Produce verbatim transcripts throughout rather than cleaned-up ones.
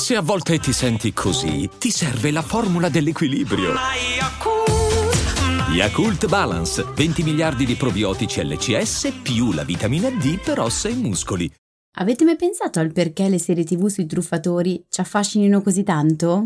Se a volte ti senti così, ti serve la formula dell'equilibrio. Yakult Balance, venti miliardi di probiotici L C S più la vitamina D per ossa e muscoli. Avete mai pensato al perché le serie tivù sui truffatori ci affascinino così tanto?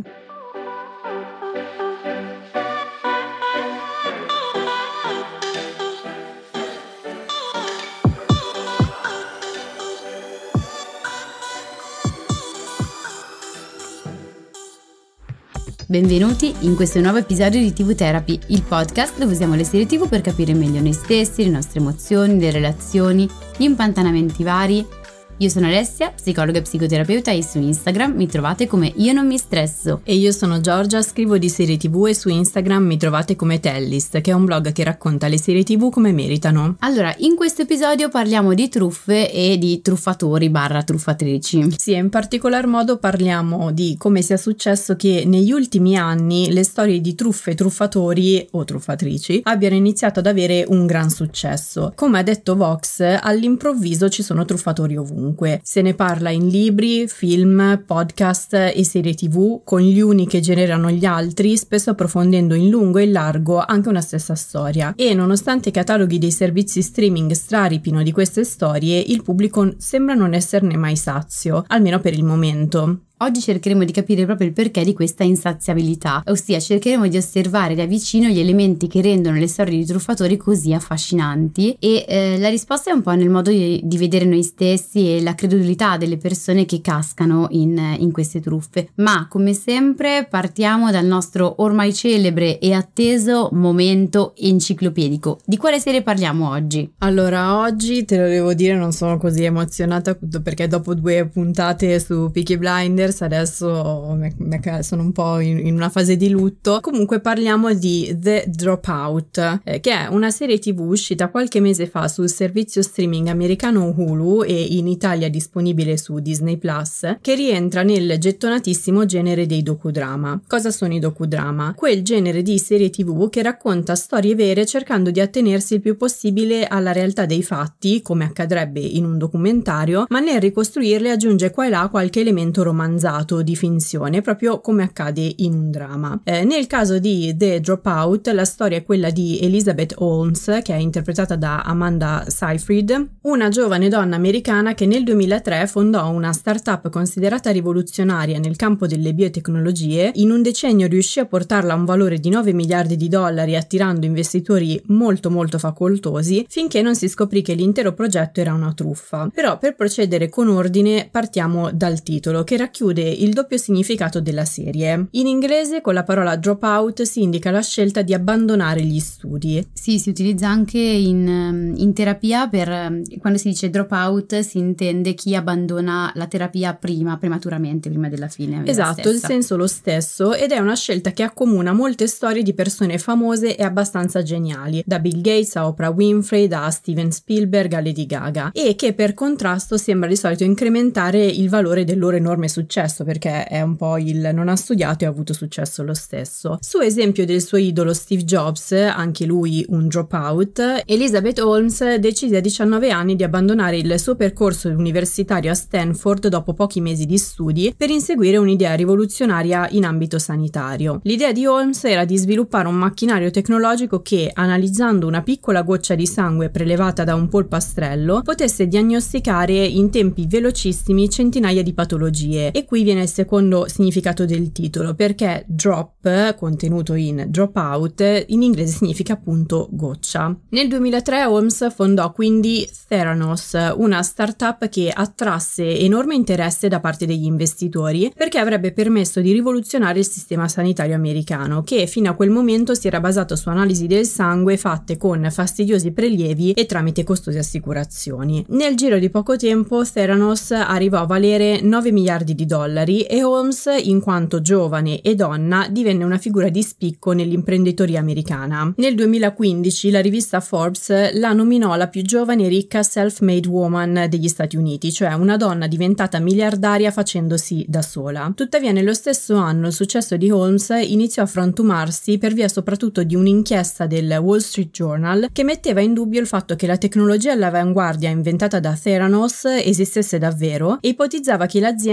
Benvenuti in questo nuovo episodio di T V Therapy, il podcast dove usiamo le serie tivù per capire meglio noi stessi, le nostre emozioni, le relazioni, gli impantanamenti vari. Io sono Alessia, psicologa e psicoterapeuta, e su Instagram mi trovate come Io non mi stresso. E io sono Giorgia, scrivo di serie tivù e su Instagram mi trovate come Tellist, che è un blog che racconta le serie tivù come meritano. Allora, in questo episodio parliamo di truffe e di truffatori barra truffatrici. Sì, in particolar modo parliamo di come sia successo che negli ultimi anni le storie di truffe e truffatori o truffatrici abbiano iniziato ad avere un gran successo. Come ha detto Vox, all'improvviso ci sono truffatori ovunque. Se ne parla in libri, film, podcast e serie tivù, con gli uni che generano gli altri, spesso approfondendo in lungo e in largo anche una stessa storia. E nonostante i cataloghi dei servizi streaming straripino di queste storie, il pubblico sembra non esserne mai sazio, almeno per il momento. Oggi cercheremo di capire proprio il perché di questa insaziabilità, ossia cercheremo di osservare da vicino gli elementi che rendono le storie di truffatori così affascinanti e eh, la risposta è un po' nel modo di, di vedere noi stessi e la credulità delle persone che cascano in, in queste truffe. Ma come sempre partiamo dal nostro ormai celebre e atteso momento enciclopedico. Di quale serie parliamo oggi? Allora, oggi te lo devo dire, non sono così emozionata perché dopo due puntate su Peaky Blinders adesso sono un po' in una fase di lutto. Comunque parliamo di The Dropout, eh, che è una serie tivù uscita qualche mese fa sul servizio streaming americano Hulu e in Italia disponibile su Disney Plus, che rientra nel gettonatissimo genere dei docudrama. Cosa sono i docudrama? Quel genere di serie tivù che racconta storie vere cercando di attenersi il più possibile alla realtà dei fatti, come accadrebbe in un documentario, ma nel ricostruirle aggiunge qua e là qualche elemento romanzato di finzione, proprio come accade in un dramma. Eh, nel caso di The Dropout, la storia è quella di Elizabeth Holmes, che è interpretata da Amanda Seyfried, una giovane donna americana che nel duemilatré fondò una startup considerata rivoluzionaria nel campo delle biotecnologie. In un decennio riuscì a portarla a un valore di nove miliardi di dollari, attirando investitori molto molto facoltosi, finché non si scoprì che l'intero progetto era una truffa. Però per procedere con ordine partiamo dal titolo, che racchiude il doppio significato della serie. In inglese con la parola dropout si indica la scelta di abbandonare gli studi. Sì, si utilizza anche in, in terapia per quando si dice dropout si intende chi abbandona la terapia prima, prematuramente, prima della fine. Esatto, il senso lo stesso, ed è una scelta che accomuna molte storie di persone famose e abbastanza geniali, da Bill Gates a Oprah Winfrey, da Steven Spielberg a Lady Gaga, e che per contrasto sembra di solito incrementare il valore del loro enorme successo, perché è un po' il non ha studiato e ha avuto successo lo stesso. Su esempio del suo idolo Steve Jobs, anche lui un dropout, Elizabeth Holmes decise a diciannove anni di abbandonare il suo percorso universitario a Stanford dopo pochi mesi di studi per inseguire un'idea rivoluzionaria in ambito sanitario. L'idea di Holmes era di sviluppare un macchinario tecnologico che, analizzando una piccola goccia di sangue prelevata da un polpastrello, potesse diagnosticare in tempi velocissimi centinaia di patologie. E qui viene il secondo significato del titolo, perché drop, contenuto in dropout, in inglese significa appunto goccia. Nel duemilatré Holmes fondò quindi Theranos, una startup che attrasse enorme interesse da parte degli investitori perché avrebbe permesso di rivoluzionare il sistema sanitario americano, che fino a quel momento si era basato su analisi del sangue fatte con fastidiosi prelievi e tramite costose assicurazioni. Nel giro di poco tempo Theranos arrivò a valere nove miliardi di dollari e Holmes, in quanto giovane e donna, divenne una figura di spicco nell'imprenditoria americana. Nel duemilaquindici la rivista Forbes la nominò la più giovane e ricca self-made woman degli Stati Uniti, cioè una donna diventata miliardaria facendosi da sola. Tuttavia nello stesso anno il successo di Holmes iniziò a frantumarsi per via soprattutto di un'inchiesta del Wall Street Journal che metteva in dubbio il fatto che la tecnologia all'avanguardia inventata da Theranos esistesse davvero e ipotizzava che l'azienda avesse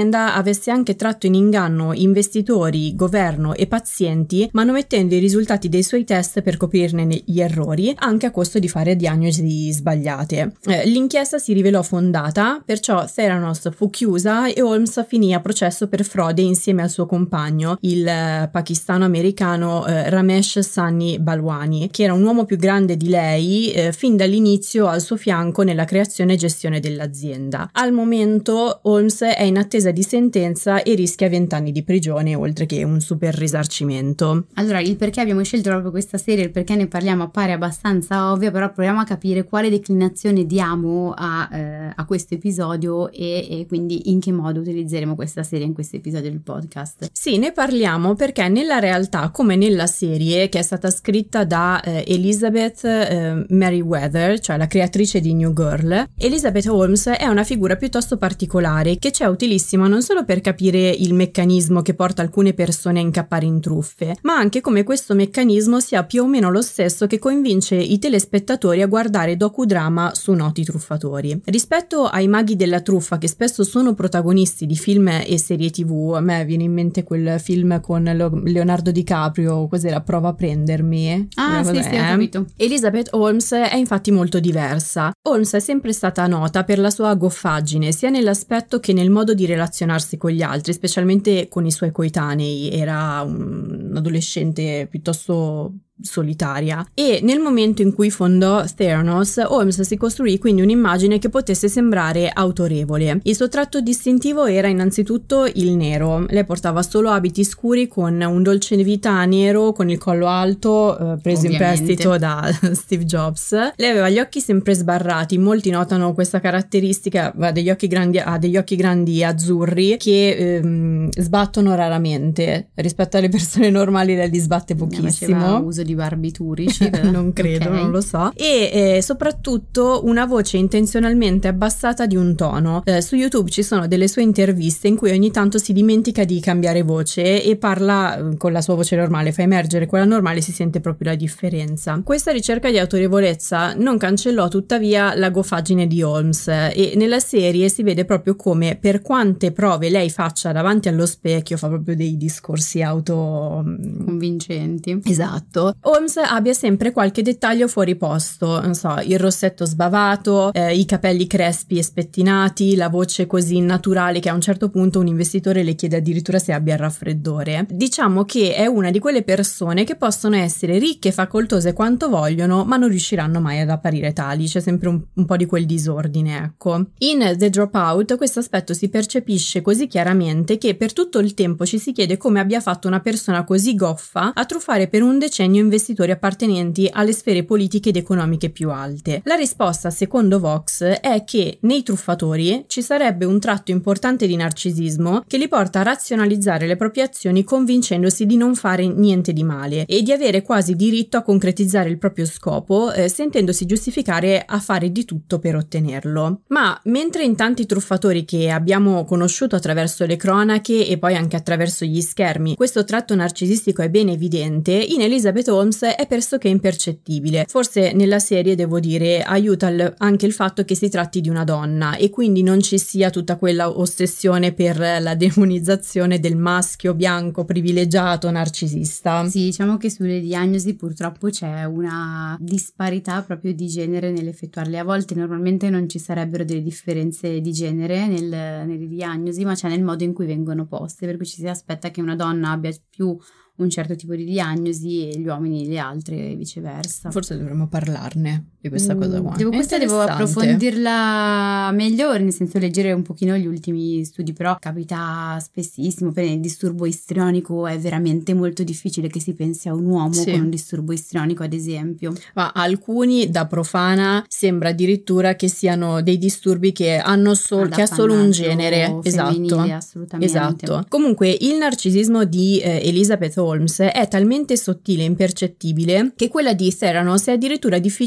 avesse anche tratto in inganno investitori, governo e pazienti, manomettendo i risultati dei suoi test per coprirne gli errori, anche a costo di fare diagnosi sbagliate. Eh, l'inchiesta si rivelò fondata, perciò Theranos fu chiusa e Holmes finì a processo per frode insieme al suo compagno, il eh, pakistano-americano eh, Ramesh Sunny Balwani, che era un uomo più grande di lei eh, fin dall'inizio al suo fianco nella creazione e gestione dell'azienda. Al momento Holmes è in attesa di sentenza e rischia vent'anni di prigione, oltre che un super risarcimento. Allora, il perché abbiamo scelto proprio questa serie, il perché ne parliamo appare abbastanza ovvio, però proviamo a capire quale declinazione diamo a, eh, a questo episodio e, e quindi in che modo utilizzeremo questa serie in questo episodio del podcast. Sì, ne parliamo perché nella realtà, come nella serie, che è stata scritta da eh, Elizabeth eh, Merriweather, cioè la creatrice di New Girl, Elizabeth Holmes è una figura piuttosto particolare che ci è utilissima non solo per capire il meccanismo che porta alcune persone a incappare in truffe, ma anche come questo meccanismo sia più o meno lo stesso che convince i telespettatori a guardare docudrama su noti truffatori. Rispetto ai maghi della truffa, che spesso sono protagonisti di film e serie tv, a me viene in mente quel film con Leonardo DiCaprio, cos'era, Prova a prendermi? Ah, sì, sì, ho capito. Elizabeth Holmes è infatti molto diversa. Holmes è sempre stata nota per la sua goffaggine, sia nell'aspetto che nel modo di relazionarsi con gli altri, specialmente con i suoi coetanei. Era un adolescente piuttosto solitaria, e nel momento in cui fondò Theranos, Holmes si costruì quindi un'immagine che potesse sembrare autorevole. Il suo tratto distintivo era innanzitutto il nero. Lei portava solo abiti scuri con un dolce vita nero con il collo alto, eh, preso Ovviamente. in prestito da Steve Jobs. Lei aveva gli occhi sempre sbarrati, molti notano questa caratteristica, ha degli occhi grandi, ha degli occhi grandi azzurri che ehm, sbattono raramente. Rispetto alle persone normali lei li sbatte pochissimo. Uso di barbiturici, non credo, okay. Non lo so. E eh, soprattutto una voce intenzionalmente abbassata di un tono. Eh, su YouTube ci sono delle sue interviste in cui ogni tanto si dimentica di cambiare voce e parla eh, con la sua voce normale, fa emergere quella normale e si sente proprio la differenza. Questa ricerca di autorevolezza non cancellò tuttavia la goffaggine di Holmes, e nella serie si vede proprio come, per quante prove lei faccia davanti allo specchio, fa proprio dei discorsi auto convincenti. Esatto. Holmes abbia sempre qualche dettaglio fuori posto, non so, il rossetto sbavato, eh, i capelli crespi e spettinati, la voce così naturale che a un certo punto un investitore le chiede addirittura se abbia il raffreddore. Diciamo che è una di quelle persone che possono essere ricche e facoltose quanto vogliono, ma non riusciranno mai ad apparire tali. C'è sempre un, un po' di quel disordine, ecco. In The Dropout questo aspetto si percepisce così chiaramente che per tutto il tempo ci si chiede come abbia fatto una persona così goffa a truffare per un decennio investitori appartenenti alle sfere politiche ed economiche più alte. La risposta, secondo Vox, è che nei truffatori ci sarebbe un tratto importante di narcisismo che li porta a razionalizzare le proprie azioni convincendosi di non fare niente di male e di avere quasi diritto a concretizzare il proprio scopo, eh, sentendosi giustificare a fare di tutto per ottenerlo. Ma mentre in tanti truffatori che abbiamo conosciuto attraverso le cronache e poi anche attraverso gli schermi questo tratto narcisistico è ben evidente, in Elizabeth Holmes è pressoché impercettibile. Forse nella serie, devo dire, aiuta il, anche il fatto che si tratti di una donna e quindi non ci sia tutta quella ossessione per la demonizzazione del maschio bianco privilegiato narcisista. Sì, diciamo che sulle diagnosi purtroppo c'è una disparità proprio di genere nell'effettuarle. A volte normalmente non ci sarebbero delle differenze di genere nel, nelle diagnosi, ma c'è nel modo in cui vengono poste, per cui ci si aspetta che una donna abbia più un certo tipo di diagnosi e gli uomini le altre e viceversa. Forse dovremmo parlarne di questa mm, cosa qua. Devo, questa devo approfondirla meglio, nel senso leggere un pochino gli ultimi studi, però capita spessissimo. Per il disturbo istrionico è veramente molto difficile che si pensi a un uomo sì. con un disturbo istrionico, ad esempio. Ma alcuni, da profana, sembra addirittura che siano dei disturbi che hanno sol- che ha solo un genere. Esatto. Assolutamente. Esatto. Comunque il narcisismo di eh, Elizabeth Holmes è talmente sottile e impercettibile che quella di Theranos è addirittura difficile da definire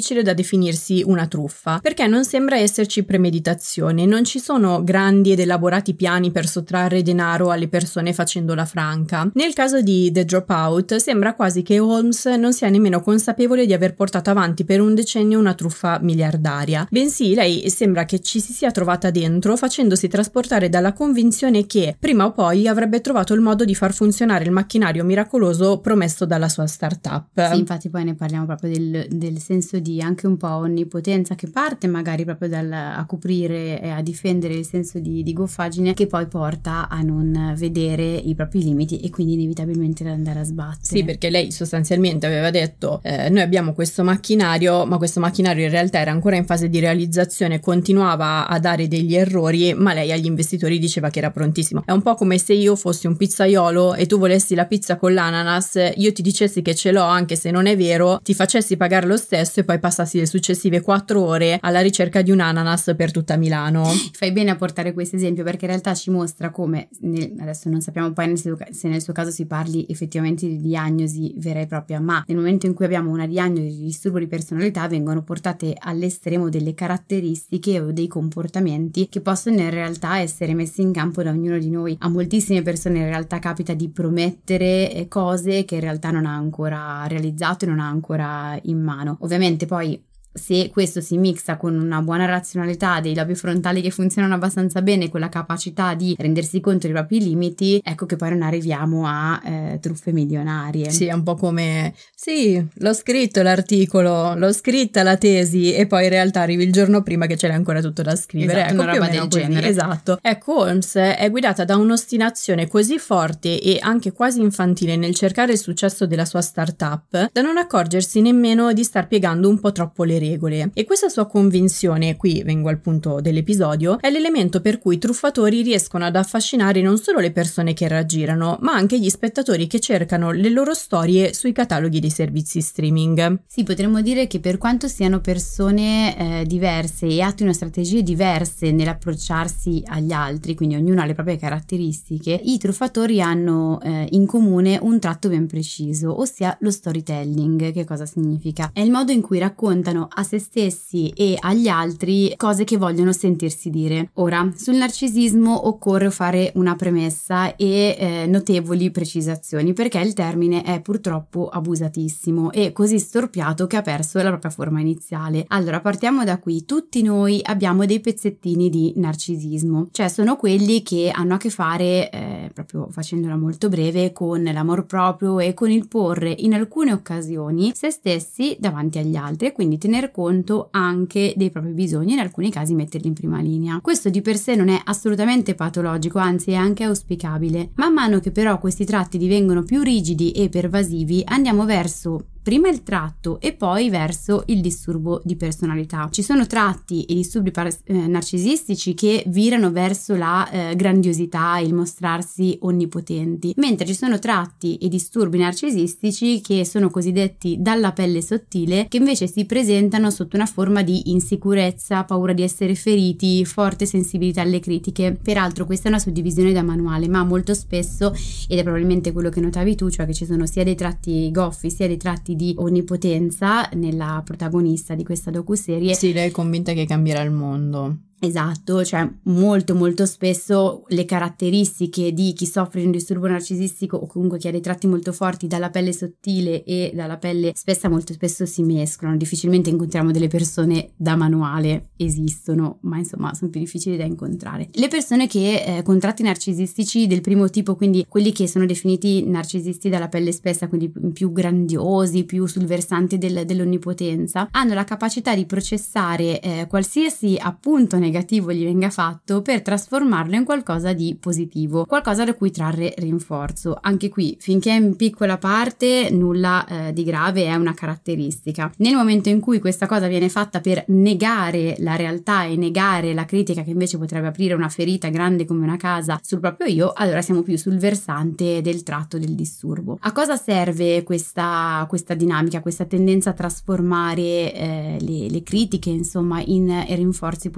definirsi una truffa, perché non sembra esserci premeditazione, non ci sono grandi ed elaborati piani per sottrarre denaro alle persone facendola franca. Nel caso di The Dropout sembra quasi che Holmes non sia nemmeno consapevole di aver portato avanti per un decennio una truffa miliardaria, bensì lei sembra che ci si sia trovata dentro facendosi trasportare dalla convinzione che prima o poi avrebbe trovato il modo di far funzionare il macchinario miracoloso promesso dalla sua startup. Sì, infatti poi ne parliamo proprio del, del senso di anche un po' onnipotenza che parte magari proprio dal a coprire e a difendere il senso di, di goffaggine, che poi porta a non vedere i propri limiti e quindi inevitabilmente ad andare a sbattere. Sì, perché lei sostanzialmente aveva detto eh, noi abbiamo questo macchinario, ma questo macchinario in realtà era ancora in fase di realizzazione, continuava a dare degli errori, ma lei agli investitori diceva che era prontissimo. È un po' come se io fossi un pizzaiolo e tu volessi la pizza con l'ananas, io ti dicessi che ce l'ho anche se non è vero, ti facessi pagare lo stesso e poi passassi le successive quattro ore alla ricerca di un ananas per tutta Milano. Fai bene a portare questo esempio perché in realtà ci mostra come, nel, adesso non sappiamo poi nel suo, se nel suo caso si parli effettivamente di diagnosi vera e propria, ma nel momento in cui abbiamo una diagnosi di disturbo di personalità vengono portate all'estremo delle caratteristiche o dei comportamenti che possono in realtà essere messi in campo da ognuno di noi. A moltissime persone in realtà capita di promettere cose che in realtà non ha ancora realizzato e non ha ancora in mano. Ovviamente poi se questo si mixa con una buona razionalità, dei lobi frontali che funzionano abbastanza bene, con la capacità di rendersi conto dei propri limiti, ecco che poi non arriviamo a eh, truffe milionarie. Sì, è un po' come sì, l'ho scritto l'articolo, l'ho scritta la tesi e poi in realtà arrivi il giorno prima che ce l'hai ancora tutto da scrivere. Esatto, ecco, una roba del così. genere. Esatto. Ecco, Holmes è guidata da un'ostinazione così forte e anche quasi infantile nel cercare il successo della sua startup da non accorgersi nemmeno di star piegando un po' troppo le regole. E questa sua convinzione, qui vengo al punto dell'episodio, è l'elemento per cui i truffatori riescono ad affascinare non solo le persone che raggirano, ma anche gli spettatori che cercano le loro storie sui cataloghi dei servizi streaming. Sì, potremmo dire che per quanto siano persone eh, diverse e attuino strategie diverse nell'approcciarsi agli altri, quindi ognuno ha le proprie caratteristiche, i truffatori hanno eh, in comune un tratto ben preciso, ossia lo storytelling. Che cosa significa? È il modo in cui raccontano a se stessi e agli altri cose che vogliono sentirsi dire. Ora, sul narcisismo occorre fare una premessa e eh, notevoli precisazioni, perché il termine è purtroppo abusatissimo e così storpiato che ha perso la propria forma iniziale. Allora, partiamo da qui. Tutti noi abbiamo dei pezzettini di narcisismo, cioè sono quelli che hanno a che fare, eh, proprio facendola molto breve, con l'amor proprio e con il porre in alcune occasioni se stessi davanti agli altri e quindi tener conto anche dei propri bisogni, in alcuni casi metterli in prima linea. Questo di per sé non è assolutamente patologico, anzi è anche auspicabile. Man mano che però questi tratti divengono più rigidi e pervasivi, andiamo verso prima il tratto e poi verso il disturbo di personalità. Ci sono tratti e disturbi par- eh, narcisistici che virano verso la eh, grandiosità e il mostrarsi onnipotenti, mentre ci sono tratti e disturbi narcisistici che sono cosiddetti dalla pelle sottile, che invece si presentano sotto una forma di insicurezza, paura di essere feriti, forte sensibilità alle critiche. Peraltro questa è una suddivisione da manuale, ma molto spesso, ed è probabilmente quello che notavi tu, cioè che ci sono sia dei tratti goffi sia dei tratti di onnipotenza nella protagonista di questa docuserie. Sì, lei è convinta che cambierà il mondo. Esatto, cioè molto molto spesso le caratteristiche di chi soffre di un disturbo narcisistico o comunque chi ha dei tratti molto forti dalla pelle sottile e dalla pelle spessa molto spesso si mescolano. Difficilmente incontriamo delle persone da manuale, esistono, ma insomma sono più difficili da incontrare. Le persone che eh, con tratti narcisistici del primo tipo, quindi quelli che sono definiti narcisisti dalla pelle spessa, quindi più grandiosi, più sul versante del, dell'onnipotenza, hanno la capacità di processare eh, qualsiasi appunto negativo negativo gli venga fatto per trasformarlo in qualcosa di positivo, qualcosa da cui trarre rinforzo. Anche qui, finché è in piccola parte, nulla eh, di grave, è una caratteristica. Nel momento in cui questa cosa viene fatta per negare la realtà e negare la critica che invece potrebbe aprire una ferita grande come una casa sul proprio io, allora siamo più sul versante del tratto del disturbo. A cosa serve questa, questa dinamica, questa tendenza a trasformare eh, le, le critiche insomma in rinforzi positivi?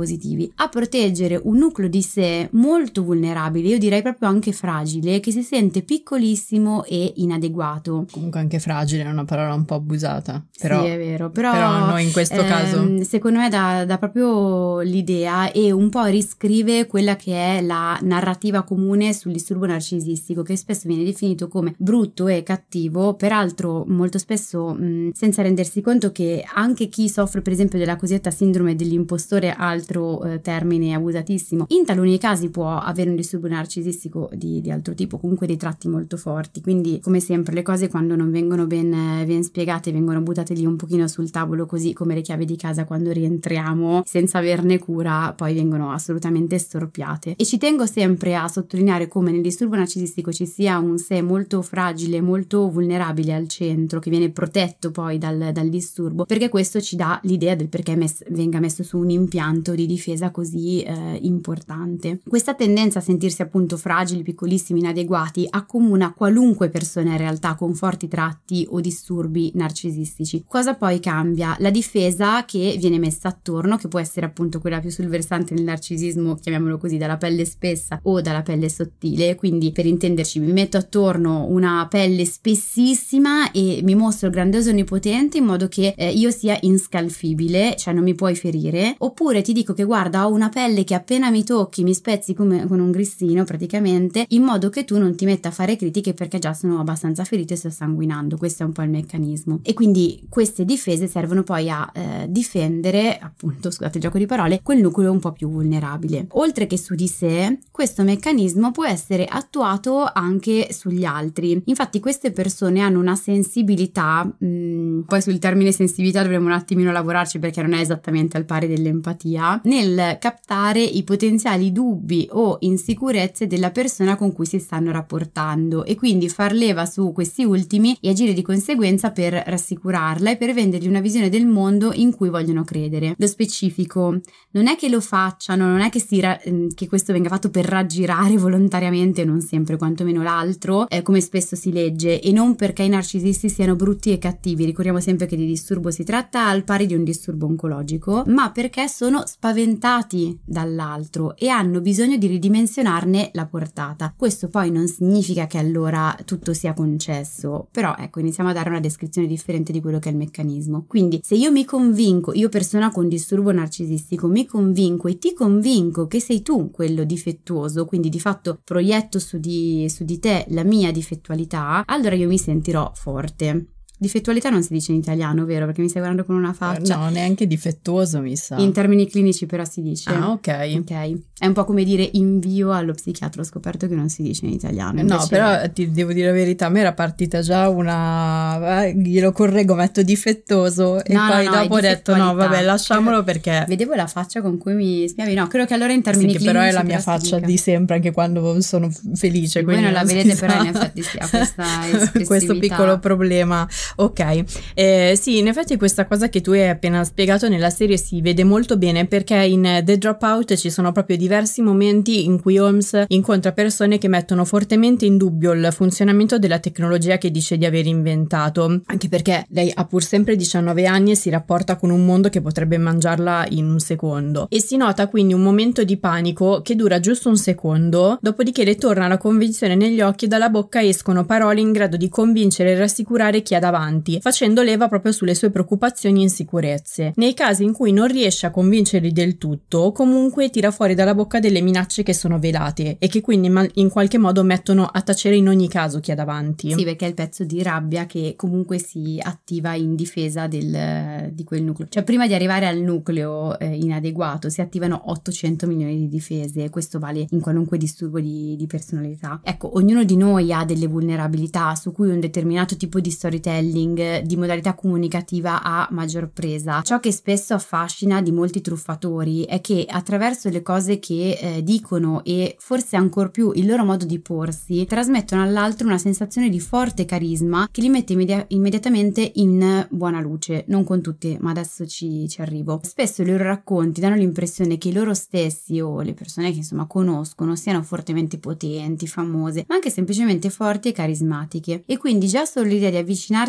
quindi a proteggere un nucleo di sé molto vulnerabile, io direi proprio anche fragile, che si sente piccolissimo e inadeguato. Comunque anche fragile è una parola un po' abusata, però, sì, è vero, però, però noi in questo ehm, caso secondo me dà, dà proprio l'idea e un po' riscrive quella che è la narrativa comune sul disturbo narcisistico, che spesso viene definito come brutto e cattivo, peraltro molto spesso mh, senza rendersi conto che anche chi soffre per esempio della cosiddetta sindrome dell'impostore, altro eh, termine abusatissimo, in taluni casi può avere un disturbo narcisistico di, di altro tipo, comunque dei tratti molto forti. Quindi come sempre le cose quando non vengono ben, ben spiegate vengono buttate lì un pochino sul tavolo, così come le chiavi di casa quando rientriamo senza averne cura poi vengono assolutamente storpiate. E ci tengo sempre a sottolineare come nel disturbo narcisistico ci sia un sé molto fragile, molto vulnerabile al centro, che viene protetto poi dal, dal disturbo, perché questo ci dà l'idea del perché mes- venga messo su un impianto di difesa così eh, importante. Questa tendenza a sentirsi appunto fragili, piccolissimi, inadeguati accomuna qualunque persona in realtà con forti tratti o disturbi narcisistici. Cosa poi cambia? La difesa che viene messa attorno, che può essere appunto quella più sul versante del narcisismo, chiamiamolo così, dalla pelle spessa o dalla pelle sottile. Quindi per intenderci mi metto attorno una pelle spessissima e mi mostro grandioso e onnipotente in modo che eh, io sia inscalfibile, cioè non mi puoi ferire, oppure ti dico che guarda ho una pelle che appena mi tocchi mi spezzi come con un grissino praticamente, in modo che tu non ti metta a fare critiche perché già sono abbastanza ferito e sto sanguinando. Questo è un po' il meccanismo e quindi queste difese servono poi a eh, difendere appunto, scusate il gioco di parole, quel nucleo un po' più vulnerabile. Oltre che su di sé, questo meccanismo può essere attuato anche sugli altri. Infatti queste persone hanno una sensibilità, mh, poi sul termine sensibilità dovremmo un attimino lavorarci perché non è esattamente al pari dell'empatia, nel captare i potenziali dubbi o insicurezze della persona con cui si stanno rapportando e quindi far leva su questi ultimi e agire di conseguenza per rassicurarla e per vendergli una visione del mondo in cui vogliono credere. Lo specifico non è che lo facciano, non è che, si ra- che questo venga fatto per raggirare volontariamente, non sempre, quantomeno l'altro, eh, come spesso si legge, e non perché i narcisisti siano brutti e cattivi. Ricordiamo sempre che di disturbo si tratta al pari di un disturbo oncologico, ma perché sono spaventati dall'altro e hanno bisogno di ridimensionarne la portata. Questo poi non significa che allora tutto sia concesso, però ecco, iniziamo a dare una descrizione differente di quello che è il meccanismo. Quindi se io mi convinco, io persona con disturbo narcisistico, mi convinco e ti convinco che sei tu quello difettuoso, quindi di fatto proietto su di, su di te la mia difettualità, allora io mi sentirò forte. Difettualità non si dice in italiano, vero? Perché mi stai guardando con una faccia. No, neanche difettuoso mi sa. In termini clinici però si dice. Ah, ok. Ok. È un po' come dire invio allo psichiatra, ho scoperto che non si dice in italiano. Invece... No, però ti devo dire la verità, a me era partita già una... Eh, glielo correggo, metto difettoso e no, poi no, no, dopo ho detto no, vabbè, lasciamolo credo... perché... Vedevo la faccia con cui mi spiavi, no, credo che allora in termini sì, clinici... però è la mia faccia di sempre, anche quando sono felice. Voi non la vedete, sa... però in effetti sì, ha questa espressività. Questo piccolo problema. Ok, eh, sì, in effetti questa cosa che tu hai appena spiegato nella serie si vede molto bene perché in The Dropout ci sono proprio diversi momenti in cui Holmes incontra persone che mettono fortemente in dubbio il funzionamento della tecnologia che dice di aver inventato, anche perché lei ha pur sempre diciannove anni e si rapporta con un mondo che potrebbe mangiarla in un secondo, e si nota quindi un momento di panico che dura giusto un secondo, dopodiché le torna la convinzione negli occhi e dalla bocca escono parole in grado di convincere e rassicurare chi ha davanti, facendo leva proprio sulle sue preoccupazioni e insicurezze. Nei casi in cui non riesce a convincerli del tutto, comunque tira fuori dalla bocca delle minacce che sono velate e che quindi in qualche modo mettono a tacere in ogni caso chi ha davanti. Sì, perché è il pezzo di rabbia che comunque si attiva in difesa del, di quel nucleo. Cioè prima di arrivare al nucleo eh, inadeguato si attivano ottocento milioni di difese, questo vale in qualunque disturbo di, di personalità. Ecco, ognuno di noi ha delle vulnerabilità su cui un determinato tipo di storytelling, di modalità comunicativa ha maggior presa. Ciò che spesso affascina di molti truffatori è che attraverso le cose che eh, dicono e forse ancor più il loro modo di porsi trasmettono all'altro una sensazione di forte carisma che li mette immedi- immediatamente in buona luce. Non con tutti, ma adesso ci, ci arrivo. Spesso i loro racconti danno l'impressione che i loro stessi o le persone che insomma conoscono siano fortemente potenti, famose, ma anche semplicemente forti e carismatiche, e quindi già solo l'idea di avvicinarsi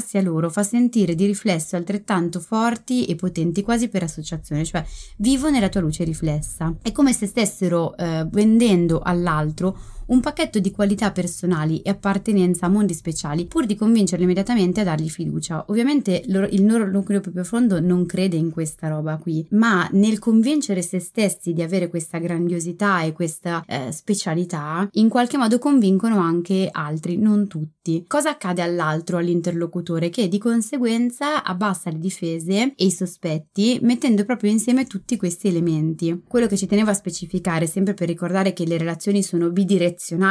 affidarsi a loro fa sentire di riflesso altrettanto forti e potenti, quasi per associazione, cioè vivo nella tua luce riflessa. È come se stessero eh, vendendo all'altro un pacchetto di qualità personali e appartenenza a mondi speciali, pur di convincerlo immediatamente a dargli fiducia. Ovviamente loro, il loro nucleo più profondo non crede in questa roba qui, ma nel convincere se stessi di avere questa grandiosità e questa eh, specialità, in qualche modo convincono anche altri, non tutti. Cosa accade all'altro, all'interlocutore? Che di conseguenza abbassa le difese e i sospetti, mettendo proprio insieme tutti questi elementi. Quello che ci tenevo a specificare, sempre per ricordare che le relazioni sono bidirezionali,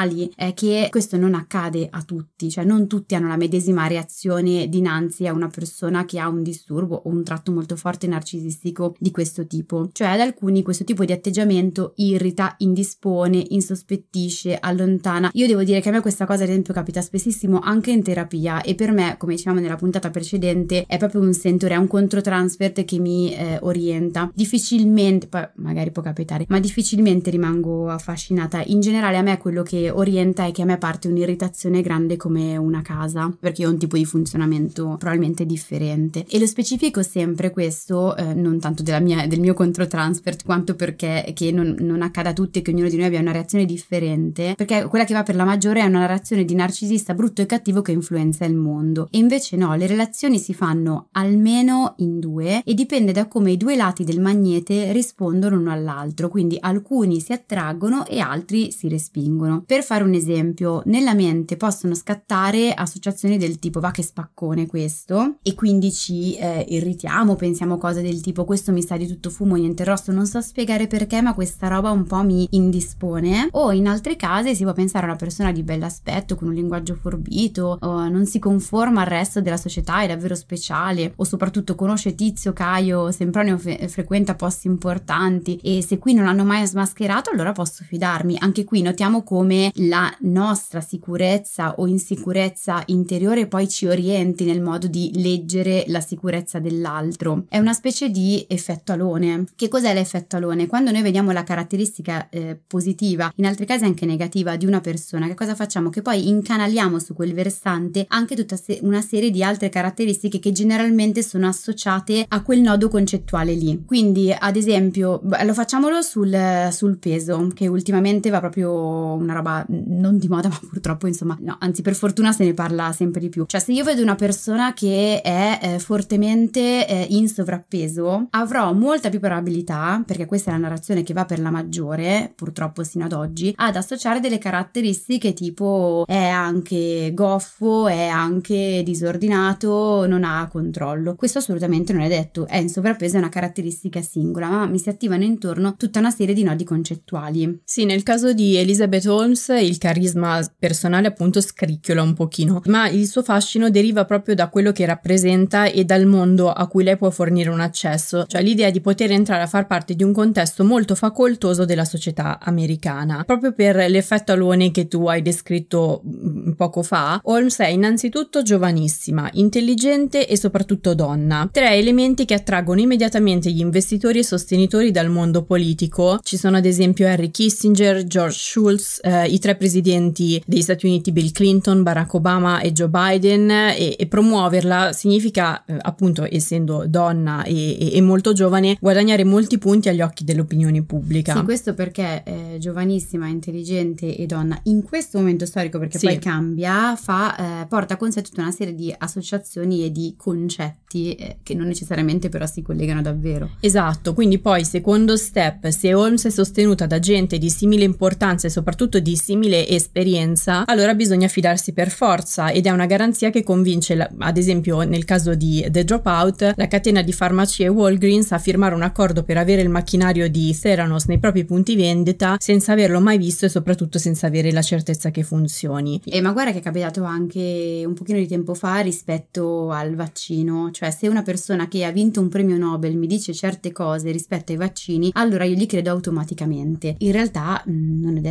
è che questo non accade a tutti, cioè non tutti hanno la medesima reazione dinanzi a una persona che ha un disturbo o un tratto molto forte narcisistico di questo tipo. Cioè ad alcuni questo tipo di atteggiamento irrita, indispone, insospettisce, allontana. Io devo dire che a me questa cosa ad esempio capita spessissimo anche in terapia, e per me, come dicevamo nella puntata precedente, è proprio un sentore, è un controtransfert che mi eh, orienta. Difficilmente, poi magari può capitare, ma difficilmente rimango affascinata. In generale a me quello che orienta è che a me parte un'irritazione grande come una casa, perché io ho un tipo di funzionamento probabilmente differente, e lo specifico sempre questo eh, non tanto della mia, del mio controtransfert, quanto perché che non, non accada a tutti e che ognuno di noi abbia una reazione differente, perché quella che va per la maggiore è una reazione di narcisista brutto e cattivo che influenza il mondo, e invece no, le relazioni si fanno almeno in due e dipende da come i due lati del magnete rispondono uno all'altro, quindi alcuni si attraggono e altri si respingono. Per fare un esempio, nella mente possono scattare associazioni del tipo va che spaccone questo, e quindi ci eh, irritiamo, pensiamo cose del tipo questo mi sa di tutto fumo niente rosso, non so spiegare perché ma questa roba un po' mi indispone. O in altri casi si può pensare a una persona di bell'aspetto con un linguaggio forbito, o non si conforma al resto della società, è davvero speciale, o soprattutto conosce Tizio, Caio, Sempronio, fe- frequenta posti importanti e se qui non l'hanno mai smascherato allora posso fidarmi. Anche qui notiamo come la nostra sicurezza o insicurezza interiore poi ci orienti nel modo di leggere la sicurezza dell'altro. È una specie di effetto alone. Che cos'è l'effetto alone? Quando noi vediamo la caratteristica eh, positiva, in altri casi anche negativa, di una persona, che cosa facciamo? Che poi incanaliamo su quel versante anche tutta se- una serie di altre caratteristiche che generalmente sono associate a quel nodo concettuale lì. Quindi ad esempio lo facciamolo sul, sul peso, che ultimamente va proprio una roba non di moda, ma purtroppo insomma no, anzi per fortuna se ne parla sempre di più. Cioè se io vedo una persona che è eh, fortemente eh, in sovrappeso, avrò molta più probabilità, perché questa è la narrazione che va per la maggiore purtroppo sino ad oggi, ad associare delle caratteristiche tipo è anche goffo, è anche disordinato, non ha controllo. Questo assolutamente non è detto, è in sovrappeso, è una caratteristica singola, ma mi si attivano intorno tutta una serie di nodi concettuali. Sì, nel caso di Elizabeth Holmes il carisma personale appunto scricchiola un pochino, ma il suo fascino deriva proprio da quello che rappresenta e dal mondo a cui lei può fornire un accesso, cioè l'idea di poter entrare a far parte di un contesto molto facoltoso della società americana. Proprio per l'effetto alone che tu hai descritto poco fa, Holmes è innanzitutto giovanissima, intelligente e soprattutto donna, tre elementi che attraggono immediatamente gli investitori e sostenitori dal mondo politico. Ci sono ad esempio Henry Kissinger, George Shultz, eh, i tre presidenti degli Stati Uniti, Bill Clinton, Barack Obama e Joe Biden, e, e promuoverla significa eh, appunto, essendo donna e, e, e molto giovane, guadagnare molti punti agli occhi dell'opinione pubblica. Sì, questo perché è giovanissima, intelligente e donna in questo momento storico, perché sì, poi cambia, fa, eh, porta con sé tutta una serie di associazioni e di concetti eh, che non necessariamente però si collegano davvero. Esatto, quindi poi secondo step, se Holmes è sostenuta da gente di simile importanza e soprattutto di simile esperienza, allora bisogna fidarsi per forza, ed è una garanzia che convince la, ad esempio nel caso di The Dropout, la catena di farmacie Walgreens a firmare un accordo per avere il macchinario di Theranos nei propri punti vendita senza averlo mai visto e soprattutto senza avere la certezza che funzioni. E ma guarda che è capitato anche un pochino di tempo fa rispetto al vaccino, cioè se una persona che ha vinto un premio Nobel mi dice certe cose rispetto ai vaccini, allora io gli credo automaticamente. In realtà mh, non è detto, nel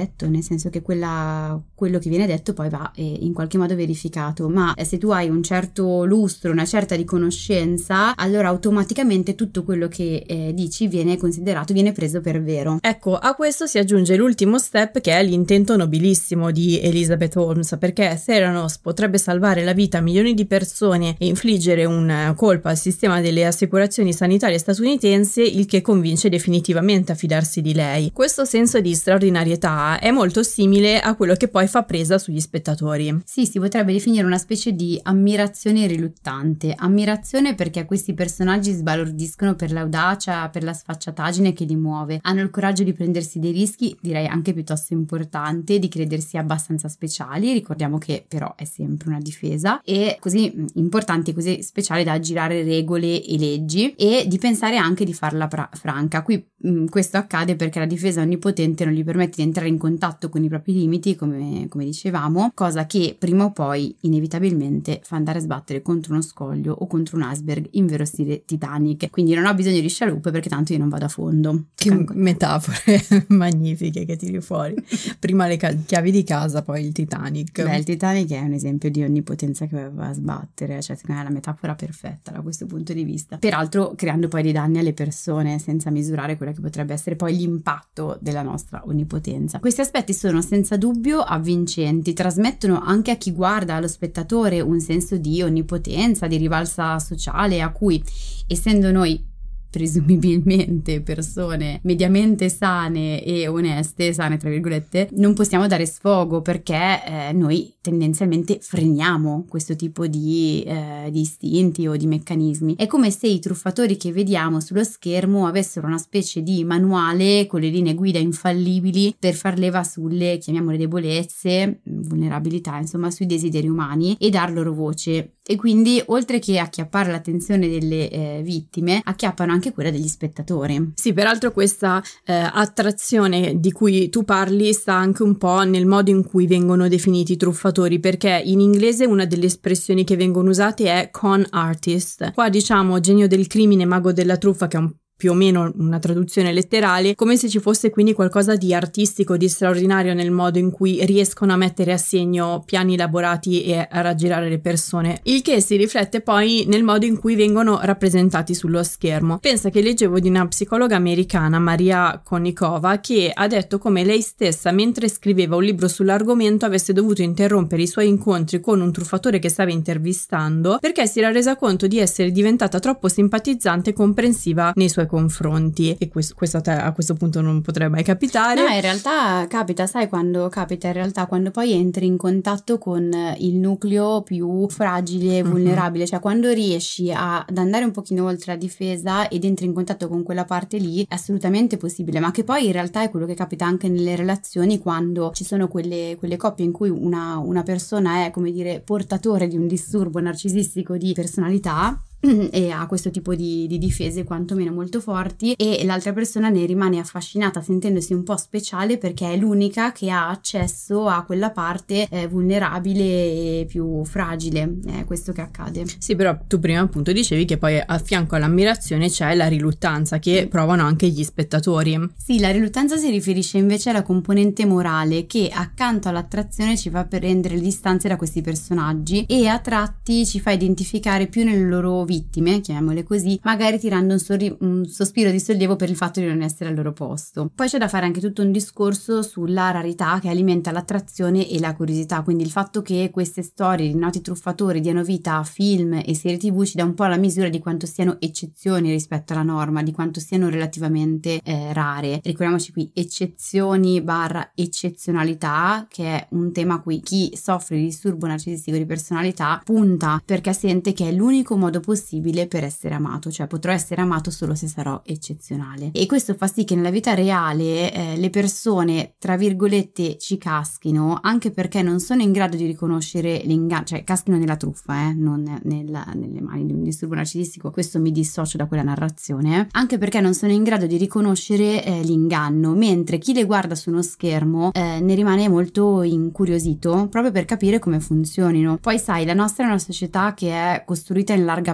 senso che quella, quello che viene detto poi va eh, in qualche modo verificato, ma eh, se tu hai un certo lustro, una certa riconoscenza, allora automaticamente tutto quello che eh, dici viene considerato, viene preso per vero. Ecco, a questo si aggiunge l'ultimo step, che è l'intento nobilissimo di Elizabeth Holmes, perché Theranos potrebbe salvare la vita a milioni di persone e infliggere un colpo al sistema delle assicurazioni sanitarie statunitense, il che convince definitivamente a fidarsi di lei. Questo senso di straordinarietà è molto simile a quello che poi fa presa sugli spettatori. Sì, si potrebbe definire una specie di ammirazione riluttante. Ammirazione perché questi personaggi sbalordiscono per l'audacia, per la sfacciataggine che li muove. Hanno il coraggio di prendersi dei rischi, direi anche piuttosto importanti, di credersi abbastanza speciali, ricordiamo che però è sempre una difesa, e così importanti, così speciali da aggirare regole e leggi, e di pensare anche di farla pra- franca. Qui mh, questo accade perché la difesa onnipotente non gli permette di entrare in contatto con i propri limiti, come, come dicevamo, cosa che prima o poi inevitabilmente fa andare a sbattere contro uno scoglio o contro un iceberg in vero stile Titanic. Quindi non ho bisogno di scialuppe perché tanto io non vado a fondo. Che metafore magnifiche che tiri fuori. Prima le ca- chiavi di casa, poi il Titanic. Beh, il Titanic è un esempio di onnipotenza che va a sbattere, cioè secondo me è la metafora perfetta da questo punto di vista. Peraltro creando poi dei danni alle persone senza misurare quello che potrebbe essere poi l'impatto della nostra onnipotenza. Questi aspetti sono senza dubbio avvincenti, trasmettono anche a chi guarda, allo spettatore, un senso di onnipotenza, di rivalsa sociale a cui, essendo noi presumibilmente persone mediamente sane e oneste, sane tra virgolette, non possiamo dare sfogo perché eh, noi tendenzialmente freniamo questo tipo di, eh, di istinti o di meccanismi. È come se i truffatori che vediamo sullo schermo avessero una specie di manuale con le linee guida infallibili per far leva sulle, chiamiamole, debolezze, vulnerabilità, insomma sui desideri umani e dar loro voce. E quindi oltre che acchiappare l'attenzione delle eh, vittime, acchiappano anche quella degli spettatori. Sì, peraltro questa eh, attrazione di cui tu parli sta anche un po' nel modo in cui vengono definiti i truffatori, perché in inglese una delle espressioni che vengono usate è con artist. Qua diciamo genio del crimine, mago della truffa, che è un più o meno una traduzione letterale, come se ci fosse quindi qualcosa di artistico, di straordinario nel modo in cui riescono a mettere a segno piani elaborati e a raggirare le persone, il che si riflette poi nel modo in cui vengono rappresentati sullo schermo. Pensa che leggevo di una psicologa americana, Maria Konnikova, che ha detto come lei stessa, mentre scriveva un libro sull'argomento, avesse dovuto interrompere i suoi incontri con un truffatore che stava intervistando perché si era resa conto di essere diventata troppo simpatizzante e comprensiva nei suoi confronti. E questo, questo a, te, a questo punto non potrebbe mai capitare. No, in realtà capita, sai quando capita? In realtà quando poi entri in contatto con il nucleo più fragile e vulnerabile, uh-huh. Cioè quando riesci a, ad andare un pochino oltre la difesa ed entri in contatto con quella parte lì, è assolutamente possibile, ma che poi in realtà è quello che capita anche nelle relazioni, quando ci sono quelle, quelle coppie in cui una, una persona è, come dire, portatore di un disturbo narcisistico di personalità e ha questo tipo di, di difese quantomeno molto forti, e l'altra persona ne rimane affascinata sentendosi un po' speciale perché è l'unica che ha accesso a quella parte eh, vulnerabile e più fragile. È questo che accade. Sì, però tu prima appunto dicevi che poi a fianco all'ammirazione c'è la riluttanza che provano anche gli spettatori. Sì, la riluttanza si riferisce invece alla componente morale che accanto all'attrazione ci fa prendere le distanze da questi personaggi e a tratti ci fa identificare più nelle loro vite vittime, chiamiamole così, magari tirando un, sorri- un sospiro di sollievo per il fatto di non essere al loro posto. Poi c'è da fare anche tutto un discorso sulla rarità che alimenta l'attrazione e la curiosità, quindi il fatto che queste storie di noti truffatori diano vita a film e serie tv ci dà un po' la misura di quanto siano eccezioni rispetto alla norma, di quanto siano relativamente eh, rare. Ricordiamoci qui eccezioni barra eccezionalità, che è un tema a cui chi soffre di disturbo narcisistico di personalità punta perché sente che è l'unico modo possibile per essere amato, cioè potrò essere amato solo se sarò eccezionale, e questo fa sì che nella vita reale eh, le persone tra virgolette ci caschino, anche perché non sono in grado di riconoscere l'inganno, cioè caschino nella truffa, eh, non nella, nelle mani di un disturbo narcisistico. Questo mi dissocio da quella narrazione, eh. Anche perché non sono in grado di riconoscere eh, l'inganno, mentre chi le guarda su uno schermo eh, ne rimane molto incuriosito proprio per capire come funzionino. Poi sai, la nostra è una società che è costruita in larga parte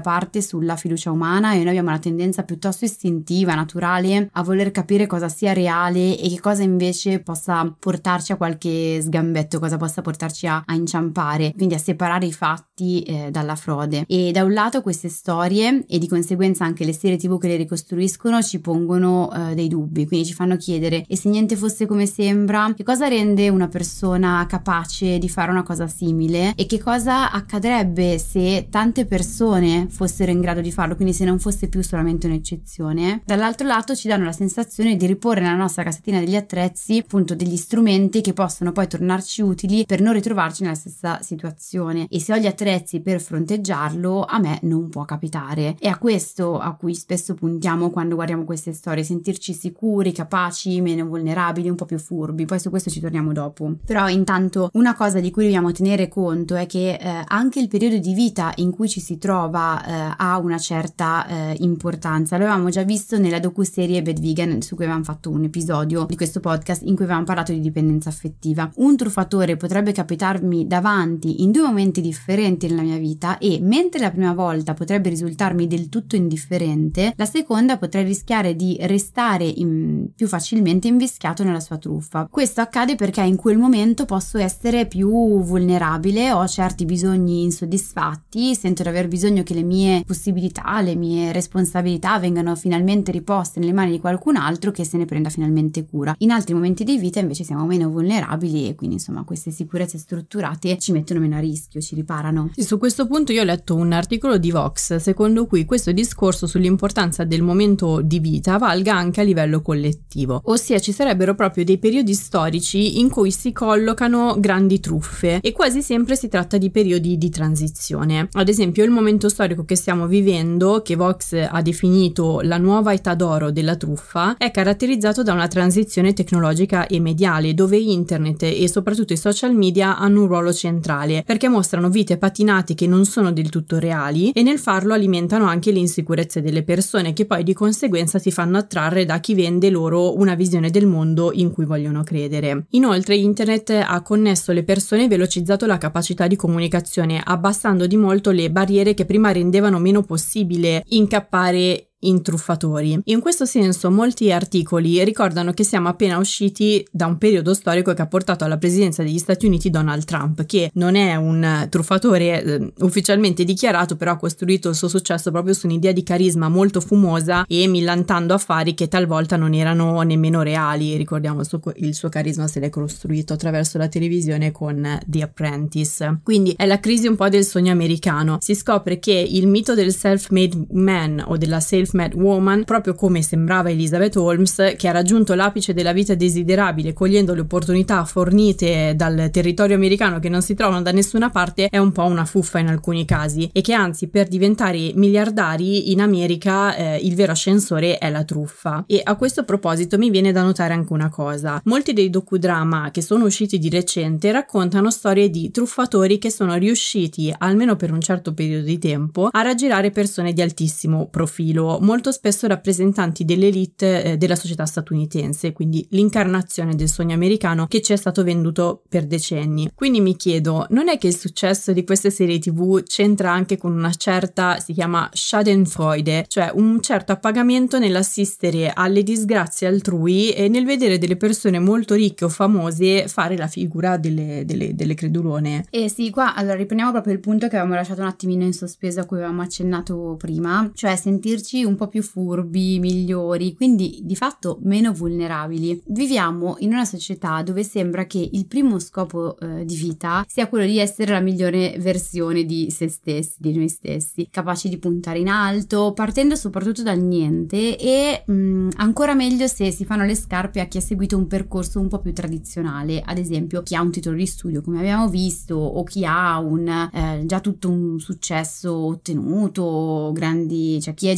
parte sulla fiducia umana e noi abbiamo una tendenza piuttosto istintiva, naturale, a voler capire cosa sia reale e che cosa invece possa portarci a qualche sgambetto, cosa possa portarci a, a inciampare, quindi a separare i fatti eh, dalla frode. E da un lato queste storie e di conseguenza anche le serie tv che le ricostruiscono ci pongono eh, dei dubbi, quindi ci fanno chiedere: e se niente fosse come sembra, che cosa rende una persona capace di fare una cosa simile e che cosa accadrebbe se tante persone fossero in grado di farlo, quindi se non fosse più solamente un'eccezione. Dall'altro lato ci danno la sensazione di riporre nella nostra cassettina degli attrezzi appunto degli strumenti che possono poi tornarci utili per non ritrovarci nella stessa situazione, e se ho gli attrezzi per fronteggiarlo a me non può capitare. È a questo a cui spesso puntiamo quando guardiamo queste storie: sentirci sicuri, capaci, meno vulnerabili, un po' più furbi. Poi su questo ci torniamo dopo. Però intanto una cosa di cui dobbiamo tenere conto è che eh, anche il periodo di vita in cui ci si trova eh, ha una certa eh, importanza. Lo avevamo già visto nella docuserie Bad Vegan, su cui avevamo fatto un episodio di questo podcast in cui avevamo parlato di dipendenza affettiva. Un truffatore potrebbe capitarmi davanti in due momenti differenti nella mia vita e mentre la prima volta potrebbe risultarmi del tutto indifferente, la seconda potrei rischiare di restare in, più facilmente invischiato nella sua truffa. Questo accade perché in quel momento posso essere più vulnerabile, ho certi bisogni insoddisfatti, sento di aver bisogno che le mie possibilità, le mie responsabilità vengano finalmente riposte nelle mani di qualcun altro che se ne prenda finalmente cura. In altri momenti di vita invece siamo meno vulnerabili e quindi insomma queste sicurezze strutturate ci mettono meno a rischio, ci riparano. Sì, su questo punto io ho letto un articolo di Vox secondo cui questo discorso sull'importanza del momento di vita valga anche a livello collettivo, ossia ci sarebbero proprio dei periodi storici in cui si collocano grandi truffe e quasi sempre si tratta di periodi di transizione. Ad esempio il momento storico che stiamo vivendo, che Vox ha definito la nuova età d'oro della truffa, è caratterizzato da una transizione tecnologica e mediale dove internet e soprattutto i social media hanno un ruolo centrale perché mostrano vite patinate che non sono del tutto reali e nel farlo alimentano anche le insicurezze delle persone, che poi di conseguenza si fanno attrarre da chi vende loro una visione del mondo in cui vogliono credere. Inoltre internet ha connesso le persone e velocizzato la capacità di comunicazione, abbassando di molto le barriere che prima rendevano meno possibile incappare in truffatori. In questo senso molti articoli ricordano che siamo appena usciti da un periodo storico che ha portato alla presidenza degli Stati Uniti Donald Trump, che non è un truffatore eh, ufficialmente dichiarato, però ha costruito il suo successo proprio su un'idea di carisma molto fumosa e millantando affari che talvolta non erano nemmeno reali. Ricordiamo il suo, il suo carisma se l'è costruito attraverso la televisione con The Apprentice. Quindi è la crisi un po' del sogno americano. Si scopre che il mito del self-made man o della self Mad Woman, proprio come sembrava Elizabeth Holmes, che ha raggiunto l'apice della vita desiderabile cogliendo le opportunità fornite dal territorio americano che non si trovano da nessuna parte, è un po' una fuffa in alcuni casi, e che anzi per diventare miliardari in America eh, il vero ascensore è la truffa. E a questo proposito mi viene da notare anche una cosa: molti dei docudrama che sono usciti di recente raccontano storie di truffatori che sono riusciti, almeno per un certo periodo di tempo, a raggirare persone di altissimo profilo, molto spesso rappresentanti dell'elite eh, della società statunitense, quindi l'incarnazione del sogno americano che ci è stato venduto per decenni. Quindi mi chiedo, non è che il successo di queste serie tv c'entra anche con una certa, si chiama Schadenfreude, cioè un certo appagamento nell'assistere alle disgrazie altrui e nel vedere delle persone molto ricche o famose fare la figura delle, delle, delle credulone? Eh sì, qua allora riprendiamo proprio il punto che avevamo lasciato un attimino in sospeso, a cui avevamo accennato prima, cioè sentirci un po' più furbi, migliori, quindi di fatto meno vulnerabili. Viviamo in una società dove sembra che il primo scopo eh, di vita sia quello di essere la migliore versione di se stessi, di noi stessi, capaci di puntare in alto, partendo soprattutto dal niente e mh, ancora meglio se si fanno le scarpe a chi ha seguito un percorso un po' più tradizionale, ad esempio chi ha un titolo di studio come abbiamo visto o chi ha un eh, già tutto un successo ottenuto, grandi, cioè chi è già arrivato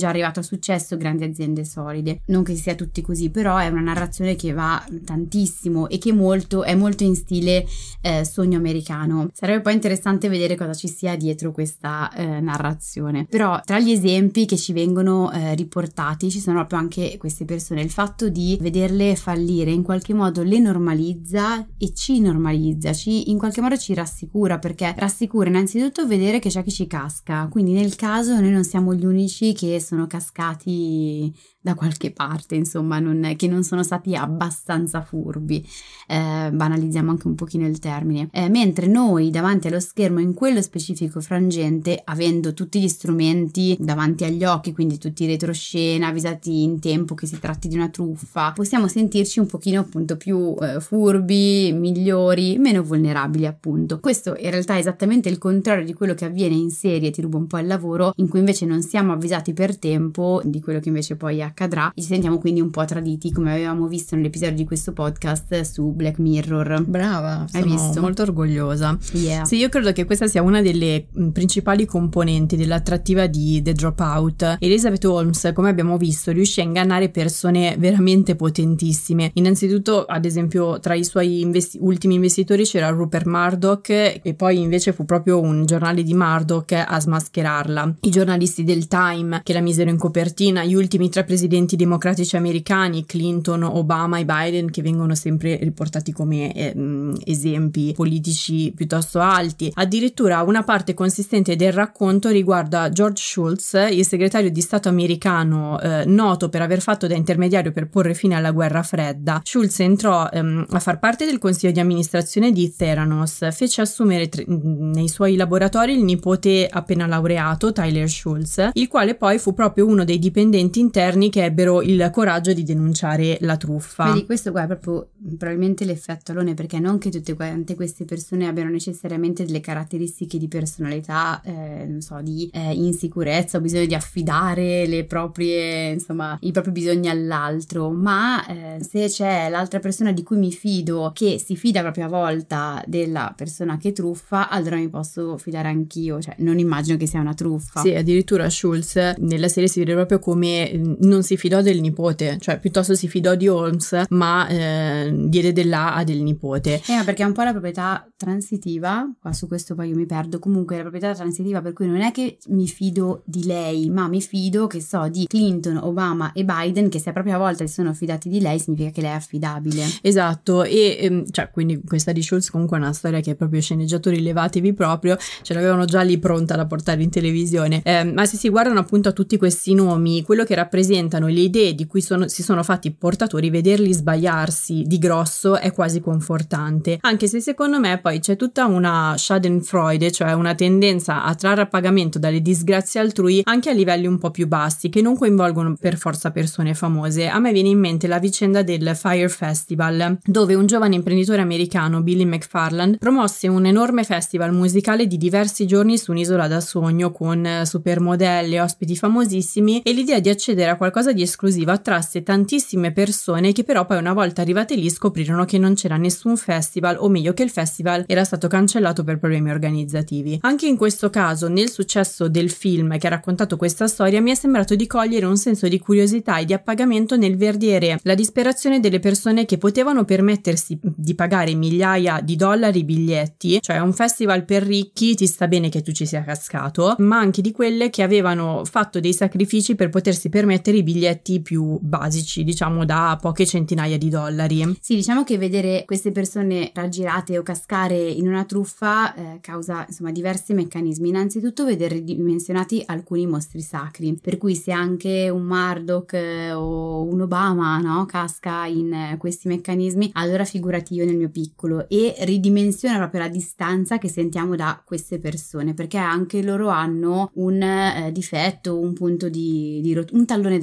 ha successo, grandi aziende solide. Non che sia tutti così, però è una narrazione che va tantissimo e che molto, è molto in stile eh, sogno americano. Sarebbe poi interessante vedere cosa ci sia dietro questa eh, narrazione. Però tra gli esempi che ci vengono eh, riportati ci sono proprio anche queste persone. Il fatto di vederle fallire in qualche modo le normalizza e ci normalizza, ci in qualche modo ci rassicura, perché rassicura innanzitutto vedere che c'è chi ci casca, quindi nel caso noi non siamo gli unici che sono cascati da qualche parte, insomma, non, che non sono stati abbastanza furbi, eh, banalizziamo anche un pochino il termine, eh, mentre noi davanti allo schermo in quello specifico frangente, avendo tutti gli strumenti davanti agli occhi, quindi tutti i retroscena avvisati in tempo che si tratti di una truffa, possiamo sentirci un pochino appunto più eh, furbi, migliori, meno vulnerabili appunto. Questo in realtà è esattamente il contrario di quello che avviene in serie Ti rubo un po' il lavoro, in cui invece non siamo avvisati per tempo di quello che invece poi accadrà e ci sentiamo quindi un po' traditi, come avevamo visto nell'episodio di questo podcast su Black Mirror. Brava, hai sono visto? Molto orgogliosa. Yeah. Sì, io credo che questa sia una delle principali componenti dell'attrattiva di The Dropout. Elizabeth Holmes, come abbiamo visto, riuscì a ingannare persone veramente potentissime. Innanzitutto, ad esempio, tra i suoi investi- ultimi investitori c'era Rupert Murdoch, e poi invece fu proprio un giornale di Murdoch a smascherarla. I giornalisti del Time che la misero in copertina, gli ultimi tre presidenti democratici americani, Clinton, Obama e Biden, che vengono sempre riportati come eh, esempi politici piuttosto alti. Addirittura una parte consistente del racconto riguarda George Shultz, il segretario di Stato americano eh, noto per aver fatto da intermediario per porre fine alla guerra fredda. Shultz entrò ehm, a far parte del consiglio di amministrazione di Theranos, fece assumere tre, nei suoi laboratori il nipote appena laureato, Tyler Shultz, il quale poi fu proprio uno dei dipendenti interni che ebbero il coraggio di denunciare la truffa. Vedi, questo qua è proprio probabilmente l'effetto alone, perché non che tutte quante queste persone abbiano necessariamente delle caratteristiche di personalità, eh, non so, di eh, insicurezza o bisogno di affidare le proprie, insomma, i propri bisogni all'altro, ma eh, se c'è l'altra persona di cui mi fido, che si fida a propria volta della persona che truffa, allora mi posso fidare anch'io, cioè non immagino che sia una truffa. Sì, addirittura Schultz nella serie si vede proprio come non si fidò del nipote, cioè piuttosto si fidò di Holmes, ma eh, diede dell'A a del nipote. Eh, ma perché è un po' la proprietà transitiva, qua su questo poi io mi perdo, comunque la proprietà transitiva per cui non è che mi fido di lei, ma mi fido, che so, di Clinton, Obama e Biden, che se a propria volta si sono fidati di lei significa che lei è affidabile. Esatto, e ehm, cioè quindi questa di Schultz comunque è una storia che proprio sceneggiatori levatevi proprio, ce l'avevano già lì pronta da portare in televisione, eh, ma se si guardano appunto a tutti questi nomi, quello che rappresentano le idee di cui sono, si sono fatti portatori, vederli sbagliarsi di grosso è quasi confortante, anche se secondo me poi c'è tutta una schadenfreude, cioè una tendenza a trarre a pagamento dalle disgrazie altrui anche a livelli un po' più bassi, che non coinvolgono per forza persone famose. A me viene in mente la vicenda del Fire Festival, dove un giovane imprenditore americano, Billy McFarland, promosse un enorme festival musicale di diversi giorni su un'isola da sogno con supermodelle, ospiti famosissimi, e l'idea di accedere a qualcosa di esclusivo attrasse tantissime persone che però poi una volta arrivate lì scoprirono che non c'era nessun festival, o meglio che il festival era stato cancellato per problemi organizzativi. Anche in questo caso, nel successo del film che ha raccontato questa storia, mi è sembrato di cogliere un senso di curiosità e di appagamento nel vedere la disperazione delle persone che potevano permettersi di pagare migliaia di dollari i biglietti, cioè un festival per ricchi, ti sta bene che tu ci sia cascato, ma anche di quelle che avevano fatto dei sacrifici per potersi permettere i biglietti più basici, diciamo da poche centinaia di dollari. Sì, diciamo che vedere queste persone raggirate o cascare in una truffa eh, causa insomma diversi meccanismi. Innanzitutto vedere ridimensionati alcuni mostri sacri, per cui se anche un Murdoch eh, o un Obama, no, casca in eh, questi meccanismi, allora figurati io nel mio piccolo, e ridimensiona proprio la distanza che sentiamo da queste persone, perché anche loro hanno un eh, difetto, un punto di, di rot- un tallone d'Achille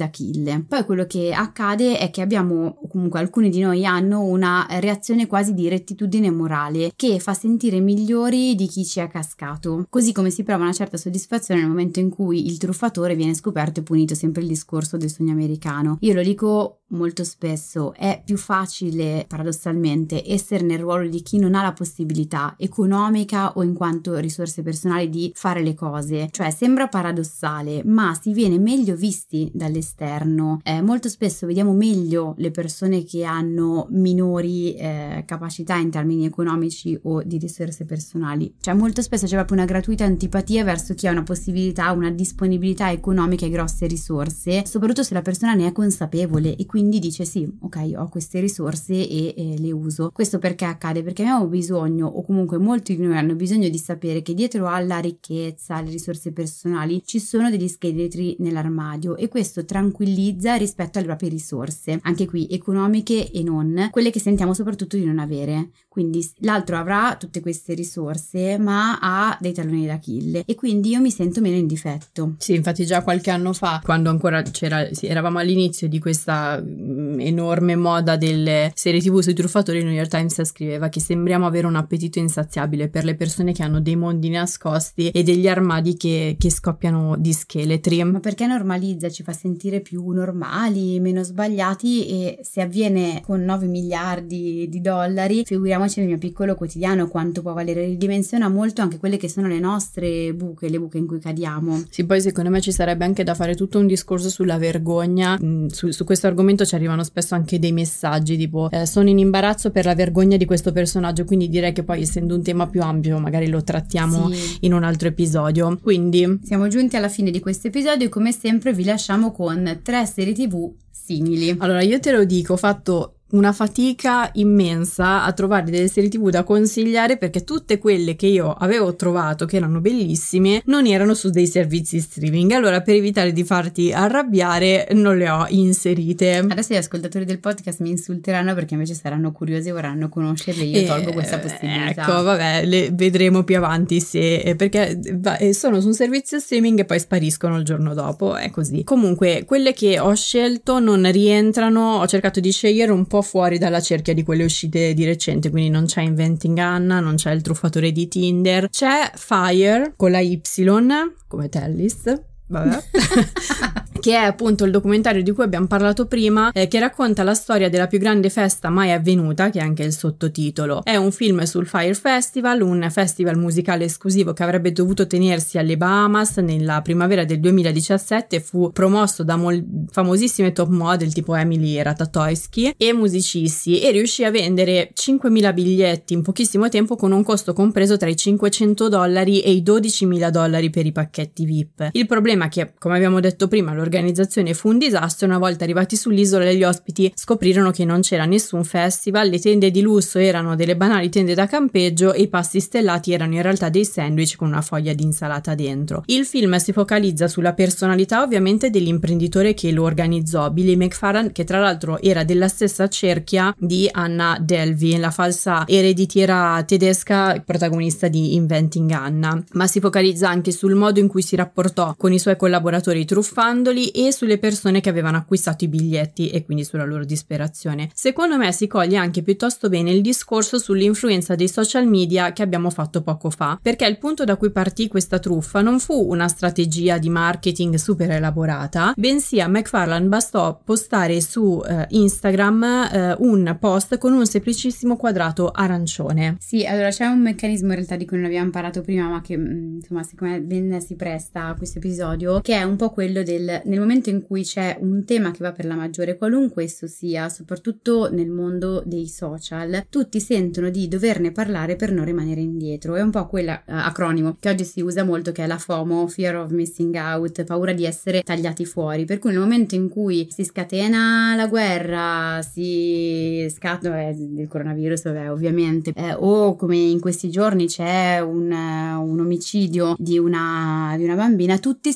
d'Achille. Poi quello che accade è che abbiamo, o comunque alcuni di noi hanno, una reazione quasi di rettitudine morale che fa sentire migliori di chi ci è cascato, così come si prova una certa soddisfazione nel momento in cui il truffatore viene scoperto e punito, sempre il discorso del sogno americano. Io lo dico molto spesso, è più facile paradossalmente essere nel ruolo di chi non ha la possibilità economica o in quanto risorse personali di fare le cose, cioè sembra paradossale, ma si viene meglio visti dall'esterno. Eh, molto spesso vediamo meglio le persone che hanno minori eh, capacità in termini economici o di risorse personali, cioè molto spesso c'è proprio una gratuita antipatia verso chi ha una possibilità, una disponibilità economica e grosse risorse, soprattutto se la persona ne è consapevole e quindi dice sì, ok, ho queste risorse e, e le uso. Questo perché accade? Perché abbiamo bisogno, o comunque molti di noi hanno bisogno di sapere che dietro alla ricchezza, alle risorse personali ci sono degli scheletri nell'armadio, e questo tranquillizza rispetto alle proprie risorse, anche qui economiche e non, quelle che sentiamo soprattutto di non avere. Quindi l'altro avrà tutte queste risorse ma ha dei talloni d'Achille e quindi io mi sento meno in difetto. Sì, infatti già qualche anno fa, quando ancora c'era, sì, eravamo all'inizio di questa mh, enorme moda delle serie tv sui truffatori, il New York Times scriveva che sembriamo avere un appetito insaziabile per le persone che hanno dei mondi nascosti e degli armadi che, che scoppiano di scheletri. Ma perché normalizza, ci fa sentire più normali, meno sbagliati, e se avviene con nove miliardi di dollari, figuriamoci nel mio piccolo quotidiano quanto può valere. Ridimensiona molto anche quelle che sono le nostre buche, le buche in cui cadiamo. Sì, poi secondo me ci sarebbe anche da fare tutto un discorso sulla vergogna. Su, su questo argomento ci arrivano spesso anche dei messaggi tipo eh, sono in imbarazzo per la vergogna di questo personaggio, quindi direi che poi, essendo un tema più ampio, magari lo trattiamo sì. in un altro episodio. Quindi siamo giunti alla fine di questo episodio e come sempre vi lasciamo con tre serie tv simili. Allora io te lo dico, ho fatto una fatica immensa a trovare delle serie tv da consigliare, perché tutte quelle che io avevo trovato che erano bellissime non erano su dei servizi streaming. Allora, per evitare di farti arrabbiare, non le ho inserite. Adesso gli ascoltatori del podcast mi insulteranno perché invece saranno curiosi e vorranno conoscerle. Io e, tolgo questa possibilità. Ecco, vabbè, le vedremo più avanti se perché sono su un servizio streaming e poi spariscono il giorno dopo, è così. Comunque, quelle che ho scelto non rientrano, ho cercato di scegliere un po' fuori dalla cerchia di quelle uscite di recente, quindi non c'è Inventing Anna, non c'è Il truffatore di Tinder, c'è Fire con la Y come Tellis, vabbè che è appunto il documentario di cui abbiamo parlato prima, eh, che racconta la storia della più grande festa mai avvenuta, che è anche il sottotitolo. È un film sul Fire Festival, un festival musicale esclusivo che avrebbe dovuto tenersi alle Bahamas nella primavera del duemiladiciassette. Fu promosso da mol- famosissime top model tipo Emily Ratajkowski e musicisti, e riuscì a vendere cinquemila biglietti in pochissimo tempo, con un costo compreso tra i cinquecento dollari e i dodicimila dollari per i pacchetti V I P. Il problema è che, come abbiamo detto prima, l'organizzazione fu un disastro. Una volta arrivati sull'isola, gli ospiti scoprirono che non c'era nessun festival, le tende di lusso erano delle banali tende da campeggio e i pasti stellati erano in realtà dei sandwich con una foglia di insalata dentro. Il film si focalizza sulla personalità ovviamente dell'imprenditore che lo organizzò, Billy McFarland, che tra l'altro era della stessa cerchia di Anna Delvey, la falsa ereditiera tedesca protagonista di Inventing Anna, ma si focalizza anche sul modo in cui si rapportò con i suoi collaboratori truffandoli e sulle persone che avevano acquistato i biglietti e quindi sulla loro disperazione. Secondo me si coglie anche piuttosto bene il discorso sull'influenza dei social media che abbiamo fatto poco fa, perché il punto da cui partì questa truffa non fu una strategia di marketing super elaborata, bensì a McFarland bastò postare su eh, Instagram eh, un post con un semplicissimo quadrato arancione. Sì, allora c'è un meccanismo in realtà di cui non abbiamo parlato prima, ma che insomma siccome ben si presta a questo episodio, che è un po' quello del nel momento in cui c'è un tema che va per la maggiore, qualunque esso sia, soprattutto nel mondo dei social, tutti sentono di doverne parlare per non rimanere indietro. È un po' quell'acronimo che oggi si usa molto, che è la FOMO, Fear of Missing Out, paura di essere tagliati fuori. Per cui nel momento in cui si scatena la guerra, si scatta eh, il coronavirus, vabbè, ovviamente, eh, o come in questi giorni c'è un, un omicidio di una, di una bambina, tutti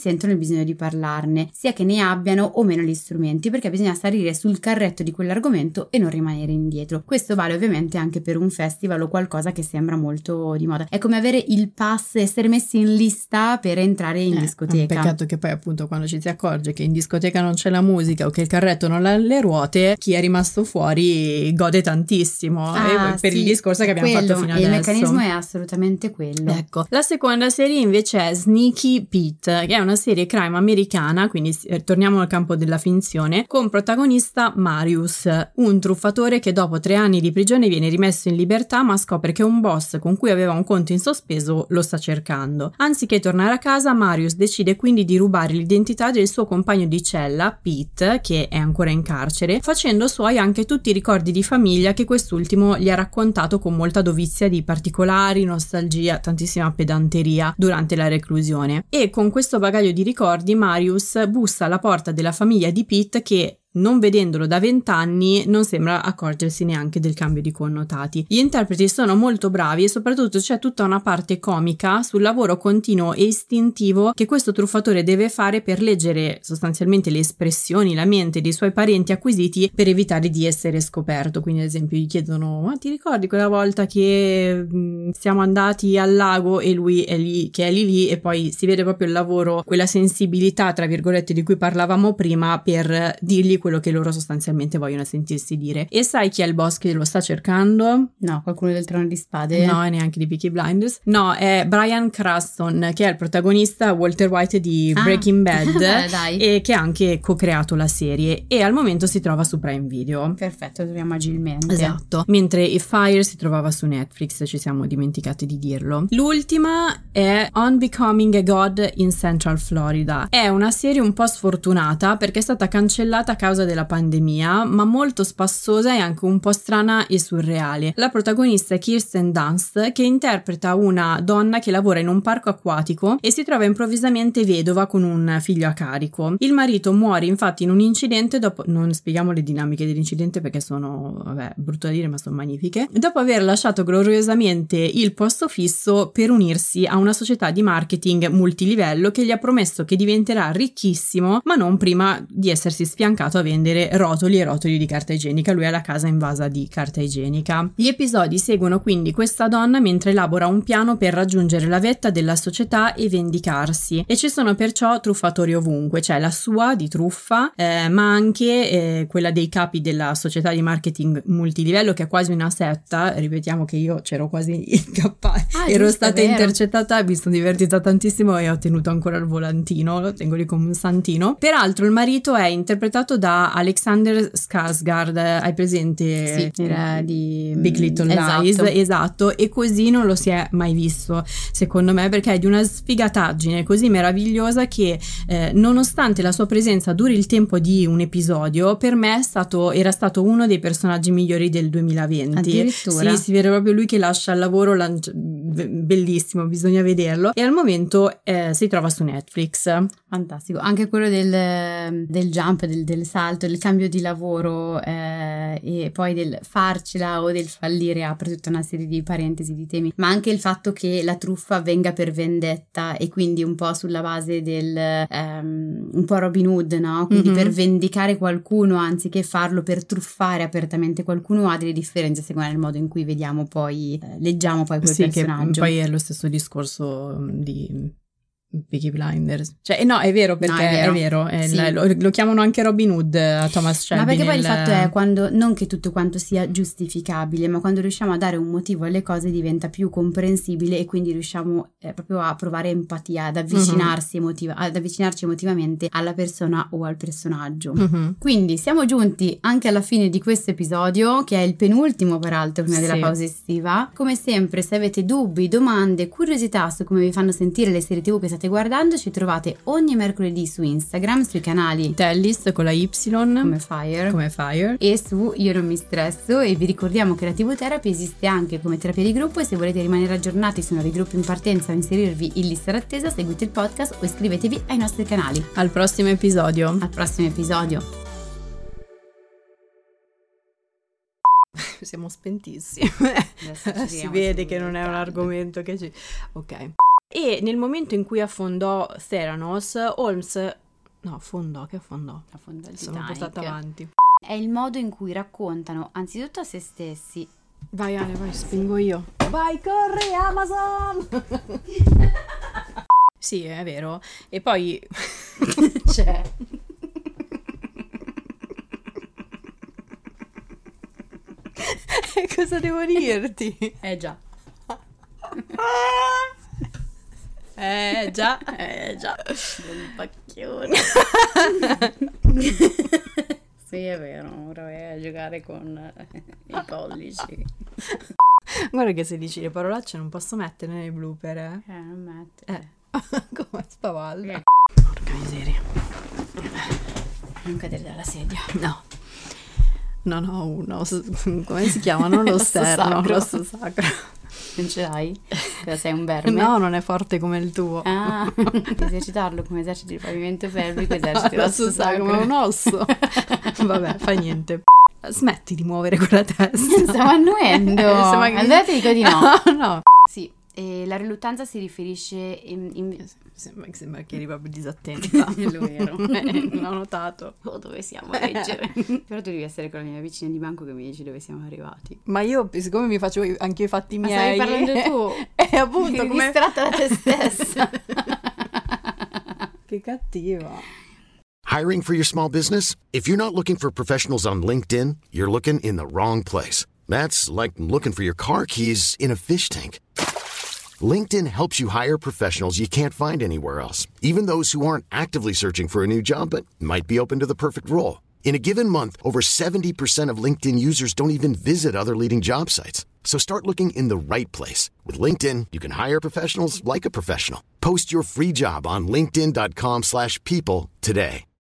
sentono il bisogno di parlarne, sia che ne abbiano o meno gli strumenti, perché bisogna salire sul carretto di quell'argomento e non rimanere indietro. Questo vale ovviamente anche per un festival o qualcosa che sembra molto di moda. È come avere il pass, essere messi in lista per entrare in eh, discoteca. Peccato che poi appunto quando ci si accorge che in discoteca non c'è la musica o che il carretto non ha le ruote, chi è rimasto fuori gode tantissimo. Ah, eh, per sì, il discorso che abbiamo quello, fatto fino adesso. Il meccanismo è assolutamente quello. Ecco, la seconda serie invece è Sneaky Pete, che è una serie crime americana, quindi eh, torniamo al campo della finzione, con protagonista Marius, un truffatore che dopo tre anni di prigione viene rimesso in libertà, ma scopre che un boss con cui aveva un conto in sospeso lo sta cercando. Anziché tornare a casa, Marius decide quindi di rubare l'identità del suo compagno di cella, Pete, che è ancora in carcere, facendo suoi anche tutti i ricordi di famiglia che quest'ultimo gli ha raccontato con molta dovizia di particolari, nostalgia, tantissima pedanteria durante la reclusione. E con questo bagaglio di ricordi Marius bussa alla porta della famiglia di Pete che, non vedendolo da vent'anni, non sembra accorgersi neanche del cambio di connotati. Gli interpreti sono molto bravi e soprattutto c'è tutta una parte comica sul lavoro continuo e istintivo che questo truffatore deve fare per leggere sostanzialmente le espressioni, la mente dei suoi parenti acquisiti per evitare di essere scoperto. Quindi ad esempio gli chiedono: ma ti ricordi quella volta che mh, siamo andati al lago e lui è lì, che è lì lì, e poi si vede proprio il lavoro, quella sensibilità tra virgolette di cui parlavamo prima, per dirgli quello che loro sostanzialmente vogliono sentirsi dire. E sai chi è il boss che lo sta cercando? No, qualcuno del Trono di Spade? No, e neanche di Peaky Blinders. No, è Bryan Cranston, che è il protagonista Walter White di ah. Breaking Bad Beh, dai. e che ha anche co-creato la serie, e al momento si trova su Prime Video. Perfetto, troviamo agilmente. Esatto. Mentre i Fire si trovava su Netflix, ci siamo dimenticati di dirlo. L'ultima è On Becoming a God in Central Florida. È una serie un po' sfortunata perché è stata cancellata a causa della pandemia, ma molto spassosa e anche un po' strana e surreale. La protagonista è Kirsten Dunst, che interpreta una donna che lavora in un parco acquatico e si trova improvvisamente vedova con un figlio a carico. Il marito muore infatti in un incidente dopo... non spieghiamo le dinamiche dell'incidente perché sono, vabbè, brutto da dire, ma sono magnifiche. Dopo aver lasciato gloriosamente il posto fisso per unirsi a una società di marketing multilivello che gli ha promesso che diventerà ricchissimo, ma non prima di essersi sfiancato a vendere rotoli e rotoli di carta igienica. Lui ha la casa invasa di carta igienica. Gli episodi seguono quindi questa donna mentre elabora un piano per raggiungere la vetta della società e vendicarsi, e ci sono perciò truffatori ovunque. C'è la sua di truffa, eh, ma anche eh, quella dei capi della società di marketing multilivello, che è quasi una setta. Ripetiamo che io c'ero quasi incappata, ah, ero giusto, stata intercettata, mi sono divertita tantissimo e ho tenuto ancora il volantino, lo tengo lì come un santino. Peraltro il marito è interpretato da Alexander Skarsgård, hai presente? Sì, era di Big Little Lies, esatto. esatto, e così non lo si è mai visto secondo me, perché è di una sfigataggine così meravigliosa che eh, nonostante la sua presenza duri il tempo di un episodio, per me è stato, era stato uno dei personaggi migliori del duemilaventi. Addirittura? Sì, si vede proprio lui che lascia il lavoro, lanci- bellissimo, bisogna vederlo, e al momento eh, si trova su Netflix. Fantastico, anche quello del, del jump, del, del salto, del cambio di lavoro eh, e poi del farcela o del fallire apre tutta una serie di parentesi, di temi, ma anche il fatto che la truffa avvenga per vendetta e quindi un po' sulla base del um, un po' Robin Hood, no? Quindi mm-hmm. per vendicare qualcuno anziché farlo per truffare apertamente qualcuno, ha delle differenze secondo me nel modo in cui vediamo poi, eh, leggiamo poi quel sì, personaggio. Che poi è lo stesso discorso di Peaky Blinders, cioè no, è vero, perché no, è vero, è vero è sì. la, lo, lo chiamano anche Robin Hood a Thomas Shelby, ma perché nel... poi il fatto è quando non che tutto quanto sia giustificabile, ma quando riusciamo a dare un motivo alle cose diventa più comprensibile e quindi riusciamo eh, proprio a provare empatia, ad avvicinarsi uh-huh. emotiva, ad avvicinarci emotivamente alla persona o al personaggio. Uh-huh. Quindi siamo giunti anche alla fine di questo episodio, che è il penultimo peraltro prima sì. della pausa estiva. Come sempre, se avete dubbi, domande, curiosità su come vi fanno sentire le serie tv che state guardando, ci trovate ogni mercoledì su Instagram, sui canali Tellist con la Y come Fire, come Fire e su Io non mi stresso. E vi ricordiamo che la T V Therapy esiste anche come terapia di gruppo, e se volete rimanere aggiornati su nuovi gruppi in partenza o inserirvi in lista d'attesa, seguite il podcast o iscrivetevi ai nostri canali. Al prossimo episodio. Al prossimo episodio. Siamo spentissimi. Si vede che non è un argomento che ci... Ok. E nel momento in cui affondò Theranos, Holmes... No, affondò, che affondò? Affondò il Sono portata avanti. È il modo in cui raccontano anzitutto a se stessi. Vai Ale, vai, spingo io. Vai, corri, Amazon! Sì, è vero. E poi... C'è... Cosa devo dirti? Eh già. Eh già, eh già. Un pacchione. Sì, è vero, ora vai a giocare con i pollici. Guarda che se dici le parolacce non posso mettere nei blooper, eh. Eh, non mette. Eh. Come spavalda. Eh. Porca miseria. Non cadere dalla sedia. No. Non ho uno, come si chiama? Non lo sterno, l'osso sacro. Non ce l'hai? Cosa sei, un verme? No, non è forte come il tuo. Ah, esercitarlo come eserciti il pavimento pelvico, eserciti l'osso sacro. Come un osso. Vabbè, fa niente. Smetti di muovere quella testa. Stiamo annuendo. Allora ti dico di no. No, no. Sì, e la riluttanza si riferisce in... in... Sembra, sembra che eri proprio disattenta. Lo ero. Eh, non ho notato. Oh, dove siamo a leggere? Però tu devi essere con la mia vicina di banco che mi dici dove siamo arrivati. Ma io, siccome mi facevo anche i fatti Ma miei... Ma stai parlando tu? E appunto Eri come... distratta da te stessa. Che cattiva. Hiring for your small business? If you're not looking for professionals on LinkedIn, you're looking in the wrong place. That's like looking for your car keys in a fish tank. LinkedIn helps you hire professionals you can't find anywhere else, even those who aren't actively searching for a new job but might be open to the perfect role. In a given month, over seventy percent of LinkedIn users don't even visit other leading job sites. So start looking in the right place. With LinkedIn, you can hire professionals like a professional. Post your free job on linkedin dot com slash people today.